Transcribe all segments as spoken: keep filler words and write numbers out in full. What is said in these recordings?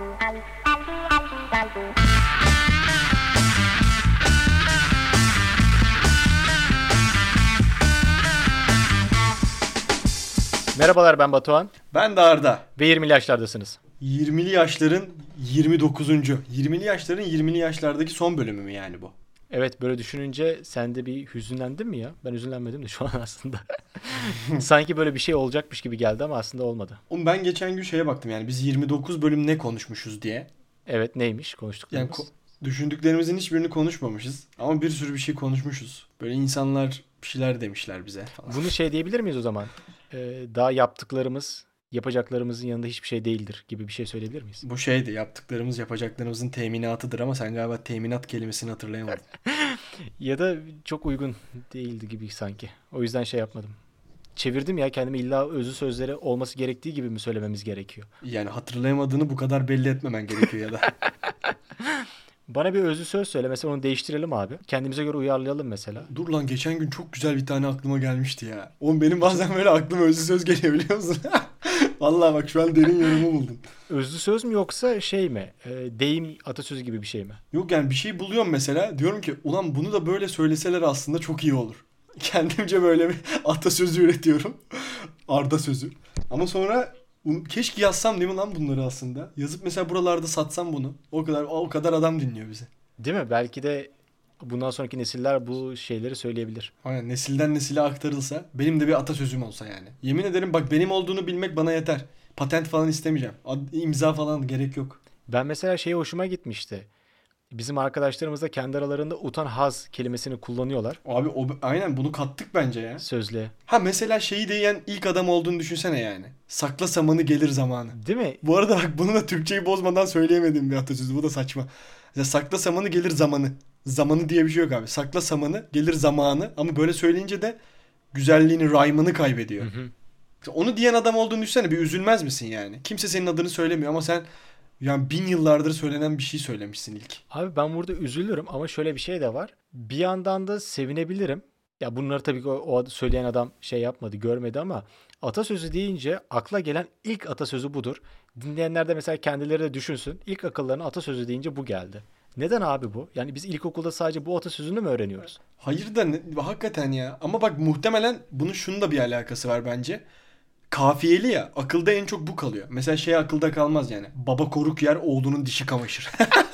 Merhabalar, ben Batuhan. Ben de Arda. Ve yirmili yaşlardasınız. yirmili yaşların yirmi dokuzuncu yirmili yaşların yirmili yaşlardaki son bölümü mü yani bu? Evet, böyle düşününce sen de bir hüzünlendin mi ya? Ben hüzünlenmedim de şu an aslında. Sanki böyle bir şey olacakmış gibi geldi ama aslında olmadı. Oğlum ben geçen gün şeye baktım, yani biz yirmi dokuz bölüm ne konuşmuşuz diye. Evet, neymiş konuştuklarımız? Yani ko- düşündüklerimizin hiçbirini konuşmamışız ama bir sürü bir şey konuşmuşuz. Böyle insanlar bir şeyler demişler bize falan. Bunu şey diyebilir miyiz o zaman? Ee, daha yaptıklarımız yapacaklarımızın yanında hiçbir şey değildir gibi bir şey söyleyebilir miyiz? Bu şeydi, yaptıklarımız yapacaklarımızın teminatıdır ama sen galiba teminat kelimesini hatırlayamadın. Ya da çok uygun değildi gibi sanki. O yüzden şey yapmadım. Çevirdim ya kendimi, illa özlü sözleri olması gerektiği gibi mi söylememiz gerekiyor? Yani hatırlayamadığını bu kadar belli etmemen gerekiyor ya da. Bana bir özlü söz söyle. Mesela onu değiştirelim abi. Kendimize göre uyarlayalım mesela. Dur lan, geçen gün çok güzel bir tane aklıma gelmişti ya. Oğlum benim bazen böyle aklıma özlü söz geliyor, biliyor musun? Vallahi bak, şu an derin yorumu buldum. Özlü söz mü yoksa şey mi? E, deyim, atasözü gibi bir şey mi? Yok yani bir şey buluyorum mesela. Diyorum ki ulan bunu da böyle söyleseler aslında çok iyi olur. Kendimce böyle bir atasözü üretiyorum. Arda sözü. Ama sonra keşke yazsam değil mi lan bunları aslında? Yazıp mesela buralarda satsam bunu. O kadar o kadar adam dinliyor bizi. Değil mi? Belki de bundan sonraki nesiller bu şeyleri söyleyebilir. Aynen, nesilden nesile aktarılsa benim de bir atasözüm olsa yani. Yemin ederim bak, benim olduğunu bilmek bana yeter. Patent falan istemeyeceğim. Ad, imza falan gerek yok. Ben mesela şeye hoşuma gitmişti. Bizim arkadaşlarımız da kendi aralarında utan haz kelimesini kullanıyorlar. Abi o, aynen bunu kattık bence ya. Sözlüğe. Ha mesela şeyi diyen ilk adam olduğunu düşünsene yani. Sakla samanı gelir zamanı. Değil mi? Bu arada bak, bunu da Türkçeyi bozmadan söyleyemediğim bir atasözü. Bu da saçma. Mesela sakla samanı gelir zamanı. Zamanı diye bir şey yok abi. Sakla samanı gelir zamanı. Ama böyle söyleyince de güzelliğini, rhyme'ını kaybediyor. Hı hı. Onu diyen adam olduğunu düşünsene, bir üzülmez misin yani? Kimse senin adını söylemiyor ama sen yani bin yıllardır söylenen bir şey söylemişsin ilk. Abi ben burada üzülürüm ama şöyle bir şey de var. Bir yandan da sevinebilirim. Ya bunları tabii ki o, o söyleyen adam şey yapmadı, görmedi ama atasözü deyince akla gelen ilk atasözü budur. Dinleyenler de mesela kendileri de düşünsün. İlk akıllarına atasözü deyince bu geldi. Neden abi bu? Yani biz ilkokulda sadece bu atasözünü mü öğreniyoruz? Hayır da ne, hakikaten ya. Ama bak, muhtemelen bunun şunun da bir alakası var bence. Kafiyeli ya, akılda en çok bu kalıyor. Mesela şey akılda kalmaz yani. Baba koruk yer, oğlunun dişi kamaşır.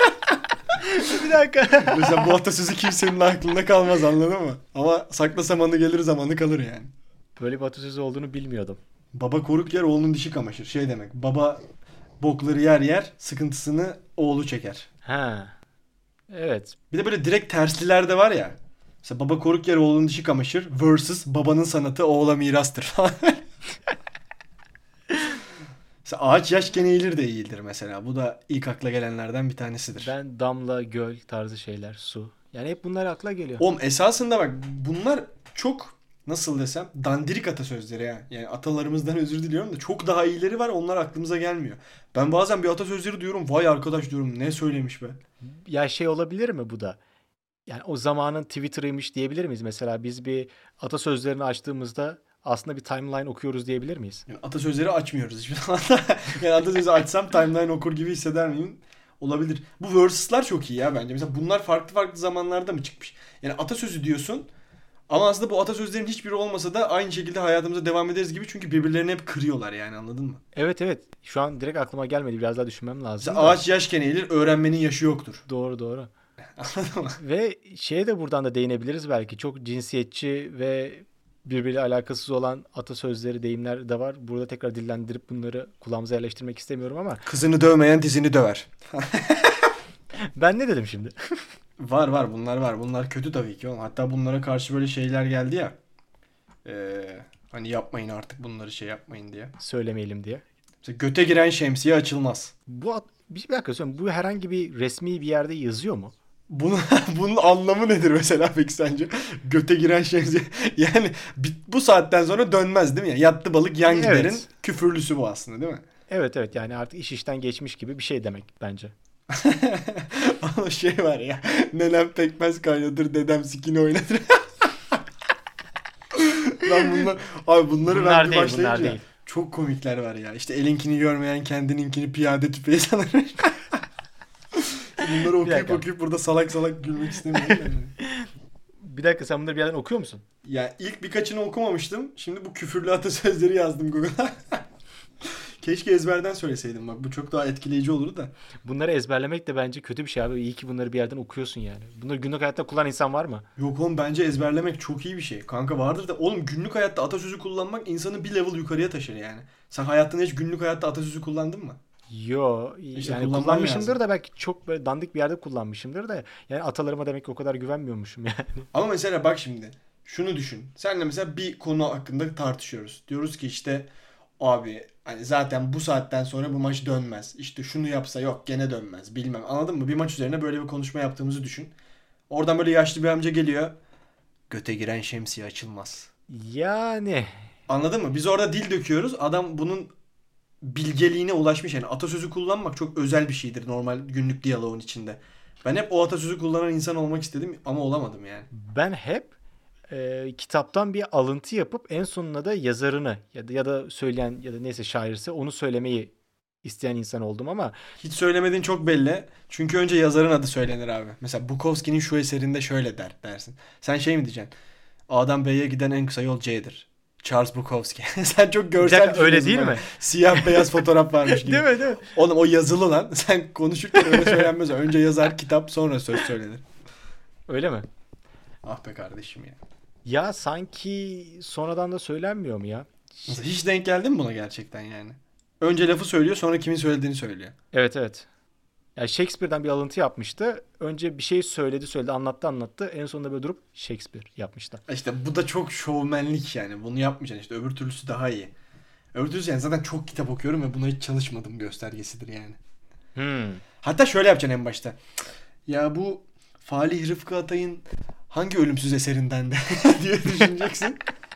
Bir dakika. Mesela bu atasözü kimsenin aklında kalmaz, anladın mı? Ama sakla samanı gelir zamanı kalır yani. Böyle bir atasözü olduğunu bilmiyordum. Baba koruk yer, oğlunun dişi kamaşır. Şey demek, baba bokları yer yer, sıkıntısını oğlu çeker. Ha. Evet. Bir de böyle direkt tersliler de var ya. Mesela baba koruk yer, oğlunun dişi kamaşır versus babanın sanatı oğula mirastır falan. Mesela ağaç yaşken eğilir de eğildir mesela. Bu da ilk akla gelenlerden bir tanesidir. Ben damla, göl tarzı şeyler, su. Yani hep bunlar akla geliyor. Oğlum esasında bak, bunlar çok, nasıl desem, dandirik atasözleri ya. Yani atalarımızdan özür diliyorum da çok daha iyileri var, onlar aklımıza gelmiyor. Ben bazen bir atasözleri diyorum, vay arkadaş diyorum, ne söylemiş be. Ya şey olabilir mi bu da? Yani o zamanın Twitter'ıymış diyebilir miyiz? Mesela biz bir atasözlerini açtığımızda aslında bir timeline okuyoruz diyebilir miyiz? Yani atasözleri açmıyoruz hiçbir zaman. Yani atasözü açsam timeline okur gibi hisseder miyim? Olabilir. Bu versus'lar çok iyi ya bence. Mesela bunlar farklı farklı zamanlarda mı çıkmış? Yani atasözü diyorsun ama aslında bu atasözlerin hiçbiri olmasa da aynı şekilde hayatımıza devam ederiz gibi, çünkü birbirlerini hep kırıyorlar yani, anladın mı? Evet evet. Şu an direkt aklıma gelmedi. Biraz daha düşünmem lazım. Mesela da. ağaç yaşken eğilir, öğrenmenin yaşı yoktur. Doğru doğru. Anladın mı? Ve şeye de buradan da değinebiliriz belki. Çok cinsiyetçi ve birbiriyle alakasız olan atasözleri, deyimler de var. Burada tekrar dillendirip bunları kulağımıza yerleştirmek istemiyorum ama Kızını dövmeyen dizini döver. ben ne dedim şimdi? Var var, bunlar var. Bunlar kötü tabii ki oğlum. Hatta bunlara karşı böyle şeyler geldi ya. Ee, hani yapmayın artık bunları, şey yapmayın diye. Söylemeyelim diye. Mesela göte giren şemsiye açılmaz. Bu at- bir bir dakika söyleyeyim. Bu herhangi bir resmi bir yerde yazıyor mu? Bunun, bunun anlamı nedir mesela peki sence? Göte giren şemsiye. Yani bi- bu saatten sonra dönmez değil mi? Yattı balık yan Evet. giderin küfürlüsü bu aslında, değil mi? Evet evet, yani artık iş işten geçmiş gibi bir şey demek bence. Ama şey var ya. Nenem pekmez kaynatır, dedem sikini oynatır. Lan bunlar, abi bunları Bunlar ben bir değil, başlayınca bunlar değil. Çok komikler var ya. İşte elinkini görmeyen kendininkini piyade tüfeği sanır. Bunları okuyup okuyup burada salak salak gülmek istemiyorum. Yani. Bir dakika, sen bunları bir yerden okuyor musun? Ya ilk birkaçını okumamıştım. Şimdi bu küfürlü atasözleri yazdım Google'a. Keşke ezberden söyleseydim, bak bu çok daha etkileyici olurdu da. Bunları ezberlemek de bence kötü bir şey abi. İyi ki bunları bir yerden okuyorsun yani. Bunları günlük hayatta kullanan insan var mı? Yok oğlum, bence ezberlemek çok iyi bir şey. Kanka vardır da oğlum, günlük hayatta atasözü kullanmak insanı bir level yukarıya taşır yani. Sen hayatında hiç günlük hayatta atasözü kullandın mı? Yo, İşte yani kullanman kullanmışımdır lazım. da belki çok böyle dandik bir yerde kullanmışımdır da yani atalarıma demek ki o kadar güvenmiyormuşum yani. Ama mesela bak şimdi şunu düşün. Senle mesela bir konu hakkında tartışıyoruz. Diyoruz ki işte abi hani zaten bu saatten sonra bu maç dönmez. İşte şunu yapsa yok gene dönmez. Bilmem, anladın mı? Bir maç üzerine böyle bir konuşma yaptığımızı düşün. Oradan böyle yaşlı bir amca geliyor. Göte giren şemsiye açılmaz. Yani Anladın mı? Biz orada dil döküyoruz. Adam bunun bilgeliğine ulaşmış. Yani atasözü kullanmak çok özel bir şeydir normal günlük diyaloğun içinde. Ben hep o atasözü kullanan insan olmak istedim ama olamadım yani. ben hep e, kitaptan bir alıntı yapıp en sonuna da yazarını ya da ya da söyleyen ya da neyse şairse onu söylemeyi isteyen insan oldum ama Hiç söylemediğin çok belli. Çünkü önce yazarın adı söylenir abi. Mesela Bukowski'nin şu eserinde şöyle der dersin. Sen şey mi diyeceksin? A'dan B'ye giden en kısa yol C'dir. Charles Bukowski. Sen çok bir görsel dakika, öyle düşünüyorsun değil böyle. mi? Siyah beyaz fotoğraf varmış gibi. Değil mi, değil mi? Oğlum o yazılı lan. Sen konuşurken öyle söylenmez. Önce yazar kitap, sonra söz söylenir. Öyle mi? Ah be kardeşim ya. Ya sanki sonradan da söylenmiyor mu ya? Mesela hiç denk geldin mi buna gerçekten yani? Önce lafı söylüyor, sonra kimin söylediğini söylüyor. Evet, evet. Ya Shakespeare'den bir alıntı yapmıştı. Önce bir şey söyledi söyledi anlattı anlattı. En sonunda böyle durup Shakespeare yapmıştı. İşte bu da çok şovmenlik yani. Bunu yapmayacaksın işte. Öbür türlüsü daha iyi. Öbür türlüsü yani zaten çok kitap okuyorum ve buna hiç çalışmadım göstergesidir yani. Hmm. Hatta şöyle yapacaksın en başta. Ya bu Falih Rıfkı Atay'ın hangi ölümsüz eserinden de diye düşüneceksin.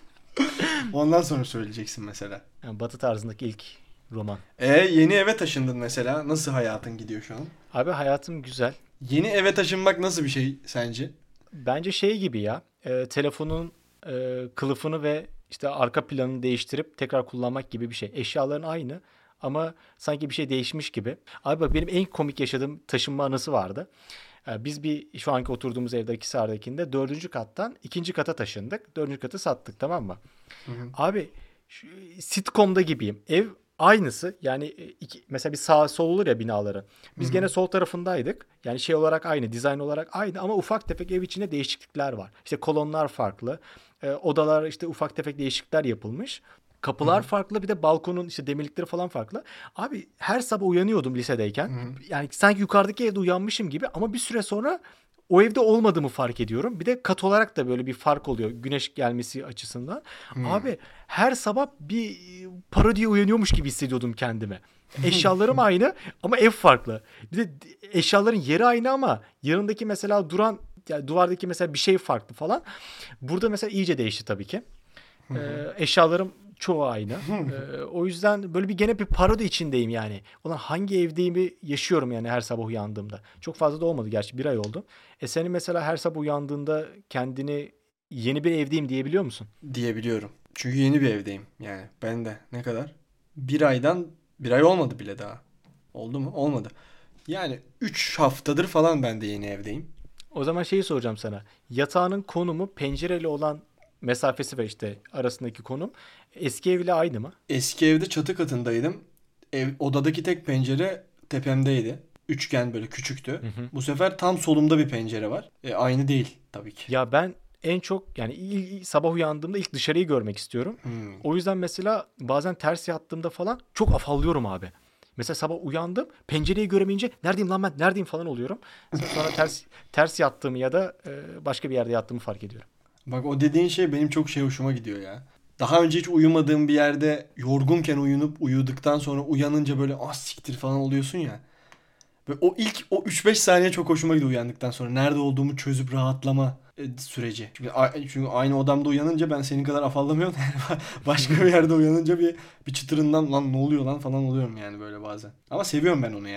Ondan sonra söyleyeceksin mesela. Yani Batı tarzındaki ilk roman. E yeni eve taşındın mesela. Nasıl hayatın gidiyor şu an? Abi hayatım güzel. Yeni eve taşınmak nasıl bir şey sence? Bence şey gibi ya. e, telefonun e, kılıfını ve işte arka planını değiştirip tekrar kullanmak gibi bir şey. Eşyaların aynı ama sanki bir şey değişmiş gibi. Abi bak, benim en komik yaşadığım taşınma anısı vardı. E, Biz bir şu anki oturduğumuz evde Akhisar'dakinde dördüncü kattan ikinci kata taşındık. Dördüncü katı sattık, tamam mı? Hı hı. Abi şu, sitcom'da gibiyim. Ev aynısı. Yani e, iki, mesela bir sağ sol olur ya binaların. Biz Hı gene hı. sol tarafındaydık. Yani şey olarak aynı, dizayn olarak aynı ama ufak tefek ev içinde değişiklikler var. İşte kolonlar farklı. E, odalar işte ufak tefek değişiklikler yapılmış. Hı Kapılar hı. farklı, bir de balkonun işte demirlikleri falan farklı. Abi her sabah uyanıyordum lisedeyken. Hı hı. Yani sanki yukarıdaki evde uyanmışım gibi ama bir süre sonra o evde olmadığımı fark ediyorum. Bir de kat olarak da böyle bir fark oluyor güneş gelmesi açısından. Abi her sabah bir parodiye uyanıyormuş gibi hissediyordum kendimi. Eşyalarım aynı ama ev farklı. Bir de eşyaların yeri aynı ama yanındaki mesela duran yani duvardaki mesela bir şey farklı falan. Burada mesela iyice değişti tabii ki. Ee, eşyalarım çoğu aynı. Ee, o yüzden böyle bir gene bir parodi içindeyim yani. Ulan hangi evdeyimi yaşıyorum yani her sabah uyandığımda. Çok fazla da olmadı gerçi, bir ay oldu. E senin mesela her sabah uyandığında kendini yeni bir evdeyim diyebiliyor musun? Diyebiliyorum. Çünkü yeni bir evdeyim yani. Ben de ne kadar? Bir aydan bir ay olmadı bile daha. Oldu mu? Olmadı. Yani üç haftadır falan ben de yeni evdeyim. O zaman şeyi soracağım sana. Yatağının konumu pencereyle olan mesafesi ve işte arasındaki konum eski evle aynı mı? Eski evde çatı katındaydım. Ev, odadaki tek pencere tepemdeydi. Üçgen böyle küçüktü. Hı hı. Bu sefer tam solumda bir pencere var. E, aynı değil tabii ki. Ya ben en çok yani il- il- sabah uyandığımda ilk dışarıyı görmek istiyorum. Hmm. O yüzden mesela bazen ters yattığımda falan çok afallıyorum abi. Mesela sabah uyandım, pencereyi göremeyince neredeyim lan ben, neredeyim falan oluyorum. Sonra ters ters yattığımı ya da e, başka bir yerde yattığımı fark ediyorum. Bak o dediğin şey benim çok şey hoşuma gidiyor ya. Daha önce hiç uyumadığım bir yerde yorgunken uyunup uyuduktan sonra uyanınca böyle ah siktir falan oluyorsun ya. Ve o ilk o üç beş saniye çok hoşuma gidiyor uyandıktan sonra. Nerede olduğumu çözüp rahatlama e, süreci. Çünkü, a- çünkü aynı odamda uyanınca ben senin kadar afallamıyorum. Yani başka bir yerde uyanınca bir bir çıtırından lan ne oluyor lan falan oluyorum yani böyle bazen. Ama seviyorum ben onu yani.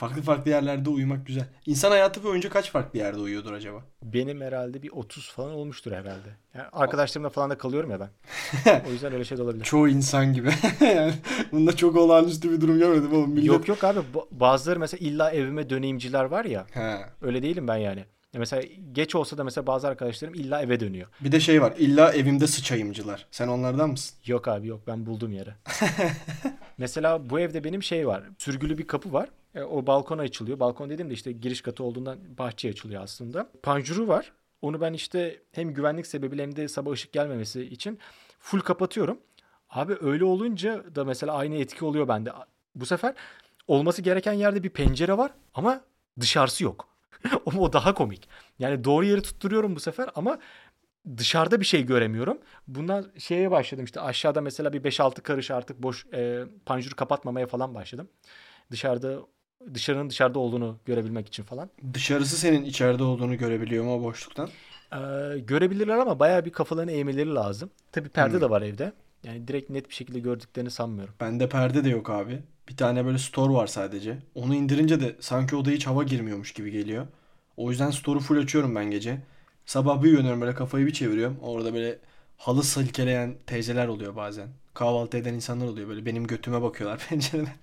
Farklı farklı yerlerde uyumak güzel. İnsan hayatı boyunca kaç farklı yerde uyuyordur acaba? Benim herhalde bir otuz falan olmuştur herhalde. Yani arkadaşlarımla falan da kalıyorum ya ben. O yüzden öyle şey de olabilir. Çoğu insan gibi. Yani bunda çok olağanüstü bir durum görmedim oğlum. Millet... Yok yok abi, ba- bazıları mesela illa evime döneyimciler var ya. He. Öyle değilim ben yani. Ya mesela geç olsa da mesela bazı arkadaşlarım illa eve dönüyor. Bir de şey var. İlla evimde sıçayımcılar. Sen onlardan mısın? Yok abi yok, ben buldum yeri. Mesela bu evde benim şey var. Sürgülü bir kapı var. E, o balkona açılıyor. Balkon dediğimde işte giriş katı olduğundan bahçeye açılıyor aslında. Panjuru var. Onu ben işte hem güvenlik sebebiyle hem de sabah ışık gelmemesi için full kapatıyorum. Abi öyle olunca da mesela aynı etki oluyor bende. Bu sefer olması gereken yerde bir pencere var ama dışarısı yok. Ama o daha komik. Yani doğru yeri tutturuyorum bu sefer ama dışarıda bir şey göremiyorum. Bundan şeye başladım işte, aşağıda mesela bir beş altı karış artık boş e, panjuru kapatmamaya falan başladım. Dışarıda dışarının dışarıda olduğunu görebilmek için falan. Dışarısı senin içeride olduğunu görebiliyor mu o boşluktan? Ee, görebilirler ama bayağı bir kafalarını eğmeleri lazım. Tabii perde Hmm. de var evde. Yani direkt net bir şekilde gördüklerini sanmıyorum. Bende perde de yok abi. Bir tane böyle store var sadece. Onu indirince de sanki odaya hiç hava girmiyormuş gibi geliyor. O yüzden store'u full açıyorum ben gece. Sabah bir uyanıyorum, böyle kafayı bir çeviriyorum. Orada böyle halı silkeleyen teyzeler oluyor bazen. Kahvaltı eden insanlar oluyor. Böyle benim götüme bakıyorlar pencereden.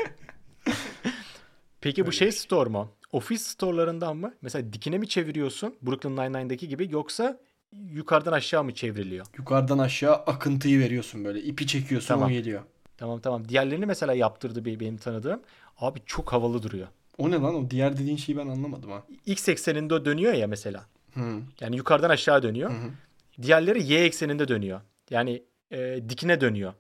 Peki bu Öyle şey bir şey. store mu? Ofis storelarından mı? Mesela dikine mi çeviriyorsun Brooklyn Nine-Nine'daki gibi, yoksa yukarıdan aşağı mı çevriliyor? Yukarıdan aşağı akıntıyı veriyorsun böyle. İpi çekiyorsun, o Tamam. geliyor. Tamam tamam. Diğerlerini mesela yaptırdı bir benim tanıdığım. Abi çok havalı duruyor. O ne lan? O diğer dediğin şeyi ben anlamadım ha. X ekseninde o dönüyor ya mesela. Hı. Yani yukarıdan aşağı Hı dönüyor. hı. Diğerleri Y ekseninde dönüyor. Yani e, dikine dönüyor.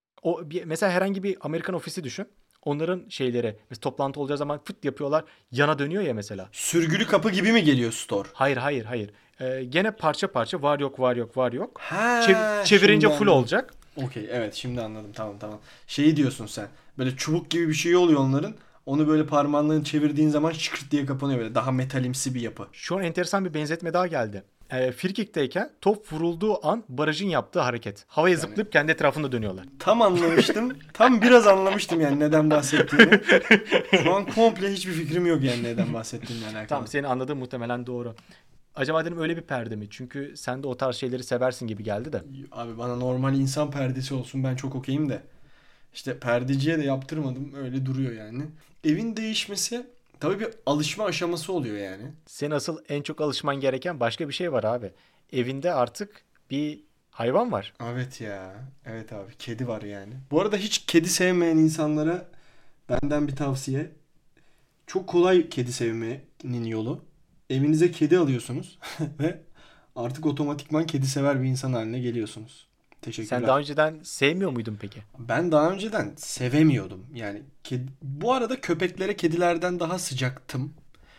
O bir, mesela herhangi bir Amerikan ofisi düşün. Onların şeyleri mesela toplantı olacağı zaman fıt yapıyorlar. Yana dönüyor ya mesela. Sürgülü kapı gibi mi geliyor store? Hayır hayır hayır. E, gene parça parça var yok var yok var yok. Çev- Ha, çevirince şimdi full anladım. olacak. Okey, evet, şimdi anladım, tamam tamam. Şeyi diyorsun sen. Böyle çubuk gibi bir şey oluyor onların. Onu böyle parmağınla çevirdiğin zaman şıkırt diye kapanıyor böyle. Daha metalimsi bir yapı. Şu an enteresan bir benzetme daha geldi. E, frikik'teyken top vurulduğu an barajın yaptığı hareket. Havaya Yani zıplayıp kendi etrafında dönüyorlar. tam anlamıştım. Tam biraz anlamıştım yani neden bahsettiğini. Şu an komple hiçbir fikrim yok yani neden bahsettiğimle alakalı. Tamam, senin anladığın muhtemelen doğru. Acaba dedim öyle bir perde mi? Çünkü sen de o tarz şeyleri seversin gibi geldi de. Abi bana normal insan perdesi olsun, ben çok okeyim de. İşte perdeciye de yaptırmadım, öyle duruyor yani. Evin değişmesi tabii bir alışma aşaması oluyor yani. Senin asıl en çok alışman gereken başka bir şey var abi. Evinde artık bir hayvan var. Evet ya. Evet abi. Kedi var yani. Bu arada hiç kedi sevmeyen insanlara benden bir tavsiye. Çok kolay kedi sevmenin yolu. Evinize kedi alıyorsunuz ve artık otomatikman kedi sever bir insan haline geliyorsunuz. Sen daha Teşekkürler. önceden sevmiyor muydun peki? Ben daha önceden sevemiyordum. Yani kedi... bu arada köpeklere kedilerden daha sıcaktım.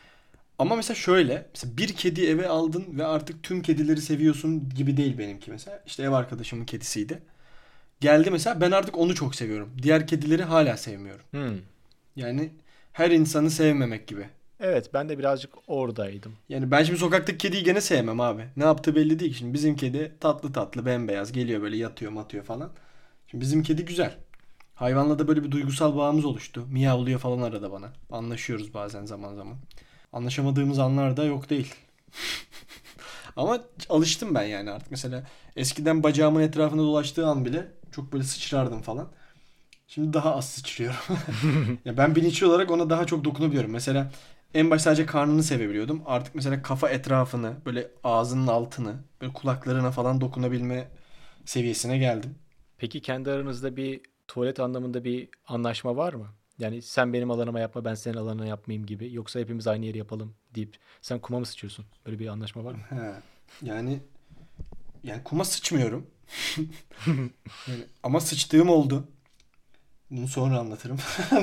Ama mesela şöyle, mesela bir kedi eve aldın ve artık tüm kedileri seviyorsun gibi değil benimki mesela. İşte ev arkadaşımın kedisiydi. Geldi mesela, ben artık onu çok seviyorum. Diğer kedileri hala sevmiyorum. Hmm. Yani her insanı sevmemek gibi. Evet, ben de birazcık oradaydım. Yani ben şimdi sokaktaki kediyi gene sevmem abi. Ne yaptığı belli değil ki. Şimdi bizim kedi tatlı tatlı bembeyaz geliyor, böyle yatıyor matıyor falan. Şimdi bizim kedi güzel. Hayvanla da böyle bir duygusal bağımız oluştu. Miyavlıyor falan arada bana. Anlaşıyoruz bazen zaman zaman. Anlaşamadığımız anlar da yok değil. Ama alıştım ben yani artık. Mesela eskiden bacağımın etrafında dolaştığı an bile çok böyle sıçrardım falan. Şimdi daha az sıçrıyorum. Ya ben bilinçli olarak ona daha çok dokunabiliyorum. Mesela en başta sadece karnını sevebiliyordum. Artık mesela kafa etrafını, böyle ağzının altını, böyle kulaklarına falan dokunabilme seviyesine geldim. Peki kendi aranızda bir tuvalet anlamında bir anlaşma var mı? Yani sen benim alanıma yapma, ben senin alanına yapmayayım gibi. Yoksa hepimiz aynı yeri yapalım deyip sen kuma mı sıçıyorsun? Böyle bir anlaşma var mı? He. Yani yani kuma sıçmıyorum. Yani, ama sıçtığım oldu. Bunu sonra anlatırım.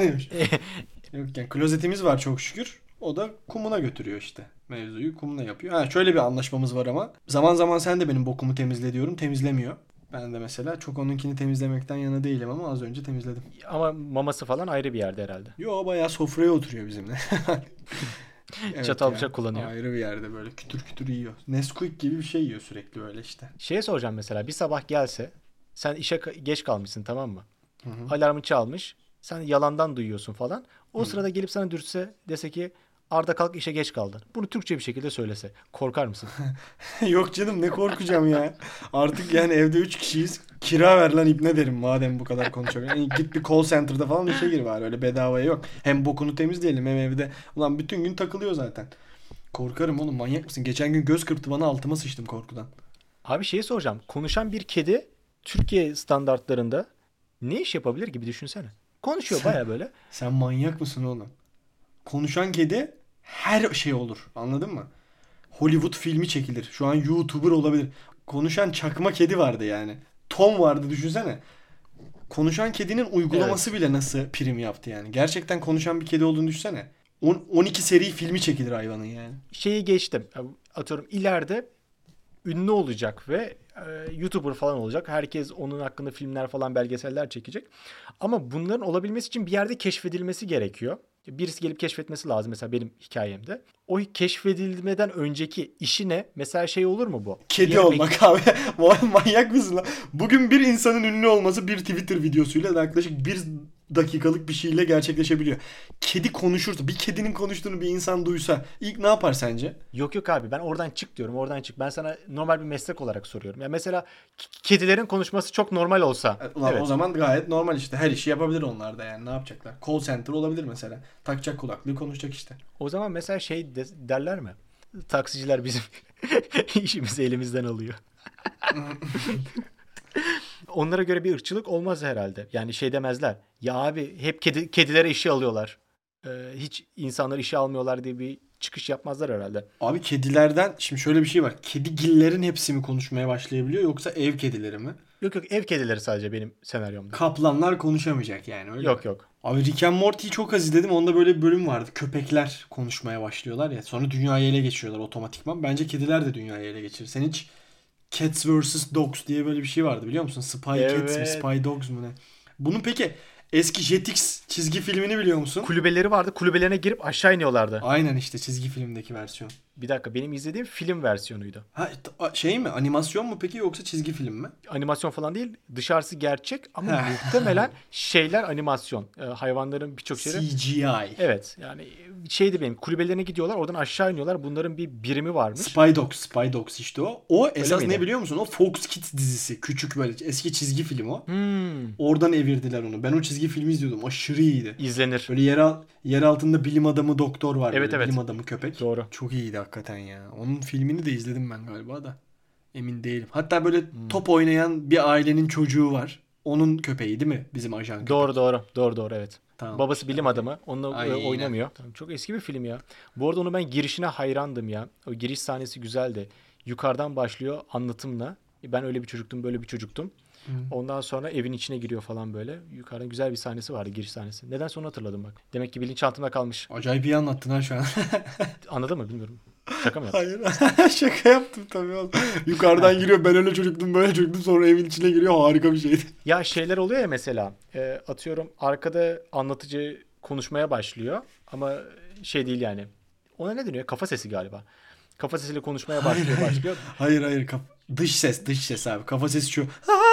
Yok yani klozetimiz var çok şükür. O da kumuna götürüyor işte. Mevzuyu kumuna yapıyor. Ha, şöyle bir anlaşmamız var ama. Zaman zaman sen de benim bokumu temizle diyorum. Temizlemiyor. Ben de mesela çok onunkini temizlemekten yana değilim ama az önce temizledim. Ama maması falan ayrı bir yerde herhalde. Yo, bayağı sofraya oturuyor bizimle. Evet Çatal ya. bıçak kullanıyor. Ayrı bir yerde böyle kütür kütür yiyor. Nesquik gibi bir şey yiyor sürekli böyle işte. Şeye soracağım, mesela bir sabah gelse sen işe ka- geç kalmışsın, tamam mı? Hı hı. Alarmı çalmış. Sen yalandan duyuyorsun falan. O Hı. sırada gelip sana dürtse dese ki Arda kalk işe geç kaldın. Bunu Türkçe bir şekilde söylese. Korkar mısın? Yok canım, ne korkacağım ya. Artık yani evde üç kişiyiz. Kira ver lan ibne derim madem bu kadar konuşuyor. Yani git bir call center'da falan işe gir bari, öyle bedavaya yok. Hem bokunu temizleyelim hem evde. Ulan bütün gün takılıyor zaten. Korkarım oğlum, manyak mısın? Geçen gün göz kırptı bana, altıma sıçtım korkudan. Abi şeyi soracağım. Konuşan bir kedi Türkiye standartlarında ne iş yapabilir gibi düşünsene. Konuşuyor Sen, baya böyle. sen manyak mısın oğlum? Konuşan kedi her şey olur, anladın mı? Hollywood filmi çekilir. Şu an YouTuber olabilir. Konuşan çakma kedi vardı yani. Tom vardı, düşünsene. Konuşan kedinin uygulaması Evet. bile nasıl prim yaptı yani. Gerçekten konuşan bir kedi olduğunu düşünsene. on- 12 seri filmi çekilir hayvanın yani. Şeyi geçtim. Atıyorum ileride ünlü olacak ve e, YouTuber falan olacak. Herkes onun hakkında filmler falan belgeseller çekecek. Ama bunların olabilmesi için bir yerde keşfedilmesi gerekiyor. Birisi gelip keşfetmesi lazım mesela benim hikayemde. O keşfedilmeden önceki işi ne? Mesela şey olur mu bu? Bir Kedi yere olmak abi. Vay, manyak mısın lan? Bugün bir insanın ünlü olması bir Twitter videosuyla yaklaşık bir dakikalık bir şeyle gerçekleşebiliyor. Kedi konuşursa, bir kedinin konuştuğunu bir insan duysa ilk ne yapar sence? Yok yok abi ben oradan çık diyorum oradan çık. Ben sana normal bir meslek olarak soruyorum. Ya mesela k- kedilerin konuşması çok normal olsa. E, Ulan o Evet. zaman gayet normal işte. Her işi yapabilir onlar da yani. Ne yapacaklar? Call center olabilir mesela. Takacak kulaklığı, konuşacak işte. O zaman mesela şey de- derler mi? Taksiciler bizim işimizi elimizden alıyor. Onlara göre bir ırkçılık olmaz herhalde. Yani şey demezler. Ya abi hep kedi, kedilere işi alıyorlar. Ee, hiç insanlar işe almıyorlar diye bir çıkış yapmazlar herhalde. Abi kedilerden şimdi şöyle bir şey var. Kedigillerin hepsi mi konuşmaya başlayabiliyor yoksa ev kedileri mi? Yok yok ev kedileri sadece benim senaryomda. Kaplanlar konuşamayacak yani, öyle mi? Yok yok. Abi Rick and Morty'yi çok az izledim. Onda böyle bir bölüm vardı. Köpekler konuşmaya başlıyorlar ya. Sonra dünyayı ele geçiriyorlar otomatikman. Bence kediler de dünyayı ele geçirir. Sen hiç Cats versus. Dogs diye böyle bir şey vardı, biliyor musun? Spy Cats mi Evet. Spy Dogs mu ne? Bunun peki eski Jetix çizgi filmini biliyor musun? Kulübeleri vardı. Kulübelerine girip aşağı iniyorlardı. Aynen işte, çizgi filmdeki versiyon. Bir dakika benim izlediğim film versiyonuydu. Ha t- şey mi? Animasyon mu peki yoksa çizgi film mi? Animasyon falan değil. Dışarısı gerçek ama Ha. muhtemelen şeyler animasyon. Ee, hayvanların birçok şeyleri. C G I. Evet yani şeydi benim kulübelerine gidiyorlar oradan aşağı iniyorlar. Bunların bir birimi varmış. Spy Dogs, Spy Dogs işte o. O esas miydi? ne biliyor musun? O Fox Kids dizisi. Küçük böyle eski çizgi film o. Hmm, Oradan evirdiler onu. Ben o çizgi filmi izliyordum. Aşırı iyiydi. izlenir. Böyle yer, al- yer altında bilim adamı doktor var. Evet, böyle. evet. Bilim adamı köpek. Doğru. Çok iyiydi hakikaten ya. Onun filmini de izledim ben galiba da. Emin değilim. Hatta böyle Hmm. top oynayan bir ailenin çocuğu var. Onun köpeği değil mi? Bizim ajan köpek. Doğru doğru. Doğru doğru evet. Tamam. Babası bilim adamı. Onunla e, Aynen. oynamıyor. Tamam, çok eski bir film ya. Bu arada onu ben girişine hayrandım ya. O giriş sahnesi güzeldi. Yukarıdan başlıyor anlatımla. Ben öyle bir çocuktum, böyle bir çocuktum. Hı. Ondan sonra evin içine giriyor falan böyle. Yukarıdan güzel bir sahnesi vardı, giriş sahnesi. Neden sonra hatırladım bak. Demek ki bilinçaltımda kalmış. Acayip iyi anlattın ha şu an. Anladın mı bilmiyorum. Şaka mı yaptım? Hayır. Şaka yaptım tabii oğlum. Yukarıdan giriyor. Ben öyle çocuktum, böyle çocuktum. Sonra evin içine giriyor. Harika bir şeydi. Ya şeyler oluyor ya mesela. e, atıyorum arkada anlatıcı konuşmaya başlıyor. Ama şey değil yani. Ona ne deniyor? Kafa sesi galiba. Kafa sesiyle konuşmaya başlıyor başlıyor. Hayır hayır. Kaf- dış ses. Dış ses abi. Kafa sesi şu.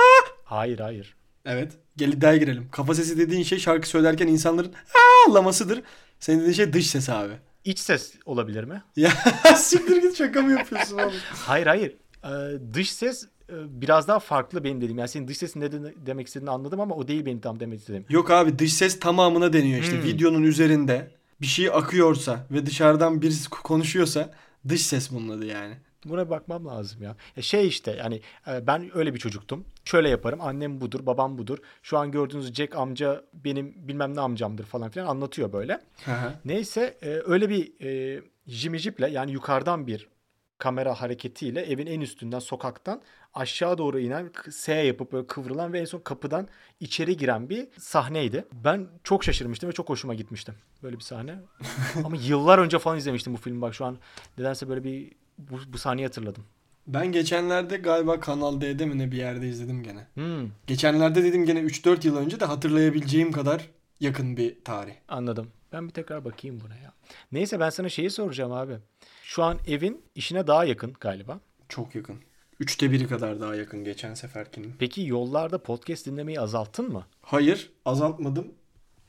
Hayır hayır. Evet. Gel iddiaya girelim. Kafa sesi dediğin şey şarkı söylerken insanların ağlamasıdır. Senin dediğin şey dış ses abi. İç ses olabilir mi? Ya siktir git, şaka mı yapıyorsun oğlum? Hayır hayır. Ee, dış ses e, biraz daha farklı benim dediğim. Yani senin dış sesin ne de- demek istediğini anladım ama o değil benim tam demek istediğim. Yok abi, dış ses tamamına deniyor işte. Hmm. Videonun üzerinde bir şey akıyorsa ve dışarıdan birisi konuşuyorsa dış ses bunun adı yani. Buna bakmam lazım ya. Ya şey işte yani e, ben öyle bir çocuktum. Şöyle yaparım. Annem budur, babam budur. Şu an gördüğünüz Jack amca benim bilmem ne amcamdır falan filan anlatıyor böyle. Hı hı. Neyse e, öyle bir e, jimmy jiple yani yukarıdan bir kamera hareketiyle evin en üstünden sokaktan aşağı doğru inen S yapıp böyle kıvrılan ve en son kapıdan içeri giren bir sahneydi. Ben çok şaşırmıştım ve çok hoşuma gitmişti böyle bir sahne. Ama yıllar önce falan izlemiştim bu filmi, bak şu an nedense böyle bir bu, bu sahneyi hatırladım. Ben geçenlerde galiba Kanal D'de mi ne bir yerde izledim gene. Hmm, Geçenlerde dedim gene üç dört yıl önce de hatırlayabileceğim kadar yakın bir tarih. anladım. Ben bir tekrar bakayım buna ya. Neyse ben sana şeyi soracağım abi. Şu an evin işine daha yakın galiba. Çok yakın. Üçte biri kadar daha yakın geçen seferkinin. Peki yollarda podcast dinlemeyi azalttın mı? Hayır, azaltmadım.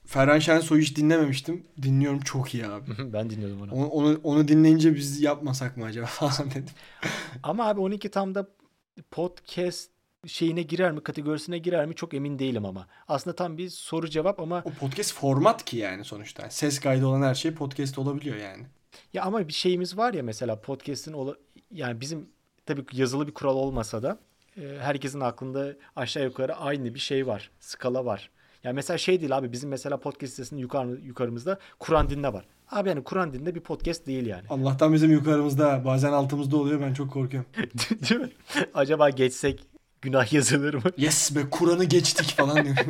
Ferhan Şensoy'u hiç dinlememiştim. Dinliyorum, çok iyi abi. Ben dinliyordum onu. Onu, onu, onu dinleyince biz yapmasak mı acaba falan dedim. Ama abi on iki tam da podcast şeyine girer mi, kategorisine girer mi çok emin değilim ama. Aslında tam bir soru cevap ama O podcast format ki yani sonuçta. Ses kaydı olan her şey podcast olabiliyor yani. ya ama bir şeyimiz var ya mesela podcast'in ola, yani bizim tabii yazılı bir kural olmasa da e, herkesin aklında aşağı yukarı aynı bir şey var. Skala var. Yani mesela şey değil abi bizim mesela podcast sitesinin yukarı, yukarımızda Kur'an dinle var. Abi yani Kur'an dinle bir podcast değil yani. Allah'tan bizim yukarımızda, bazen altımızda oluyor, ben çok korkuyorum. Değil mi? Acaba geçsek günah yazılır mı? Yes be, Kur'an'ı geçtik falan diyorum.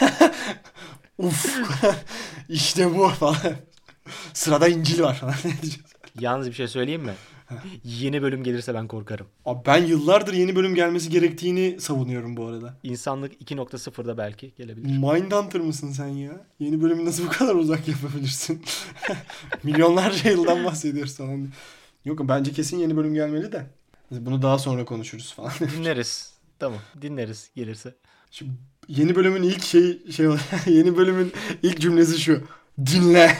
Uf, işte bu falan. Sırada İncil var falan. Yalnız bir şey söyleyeyim mi? Yeni bölüm gelirse ben korkarım. Abi ben yıllardır yeni bölüm gelmesi gerektiğini savunuyorum bu arada. İnsanlık iki nokta sıfırda belki gelebilir. Mindhunter mısın sen ya? Yeni bölümü nasıl bu kadar uzak yapabilirsin? Milyonlarca yıldan bahsediyoruz falan. Yok, bence kesin yeni bölüm gelmeli de. Bunu daha sonra konuşuruz falan. Dinleriz. Tamam, dinleriz gelirse. Şimdi yeni bölümün ilk şey şey yeni bölümün ilk cümlesi şu. Dinle.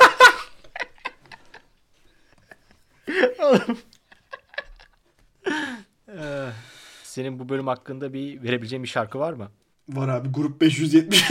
Ee, senin bu bölüm hakkında bir verebileceğin bir şarkı var mı? Var abi, Grup beş yüz yetmiş.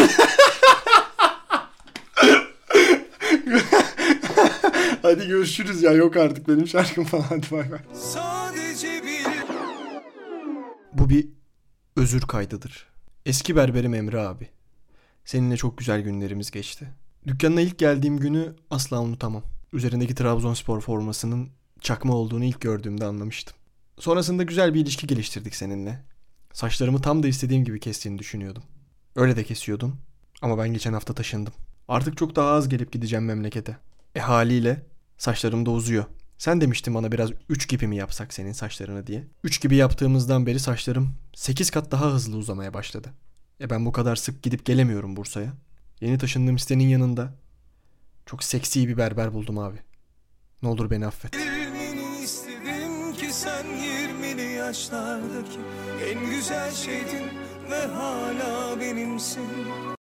Hadi görüşürüz ya, yok artık benim şarkım falan, hadi bay bay. Sadece bir... Bu bir özür kaydıdır. Eski berberim Emre abi. Seninle çok güzel günlerimiz geçti. Dükkanına ilk geldiğim günü asla unutamam. Üzerindeki Trabzonspor formasının çakma olduğunu ilk gördüğümde anlamıştım. Sonrasında güzel bir ilişki geliştirdik seninle. Saçlarımı tam da istediğim gibi kestiğini düşünüyordum. Öyle de kesiyordun. Ama ben geçen hafta taşındım. Artık çok daha az gelip gideceğim memlekete. E haliyle saçlarım da uzuyor. Sen demiştin bana biraz üç gibi mi yapsak senin saçlarını diye. üç gibi yaptığımızdan beri saçlarım sekiz kat daha hızlı uzamaya başladı. E ben bu kadar sık gidip gelemiyorum Bursa'ya. Yeni taşındığım sitenin yanında çok seksi bir berber buldum abi. Ne olur beni affet. İstedim ki sen yirmili yaşlardaki en güzel şeydin ve hala benimsin.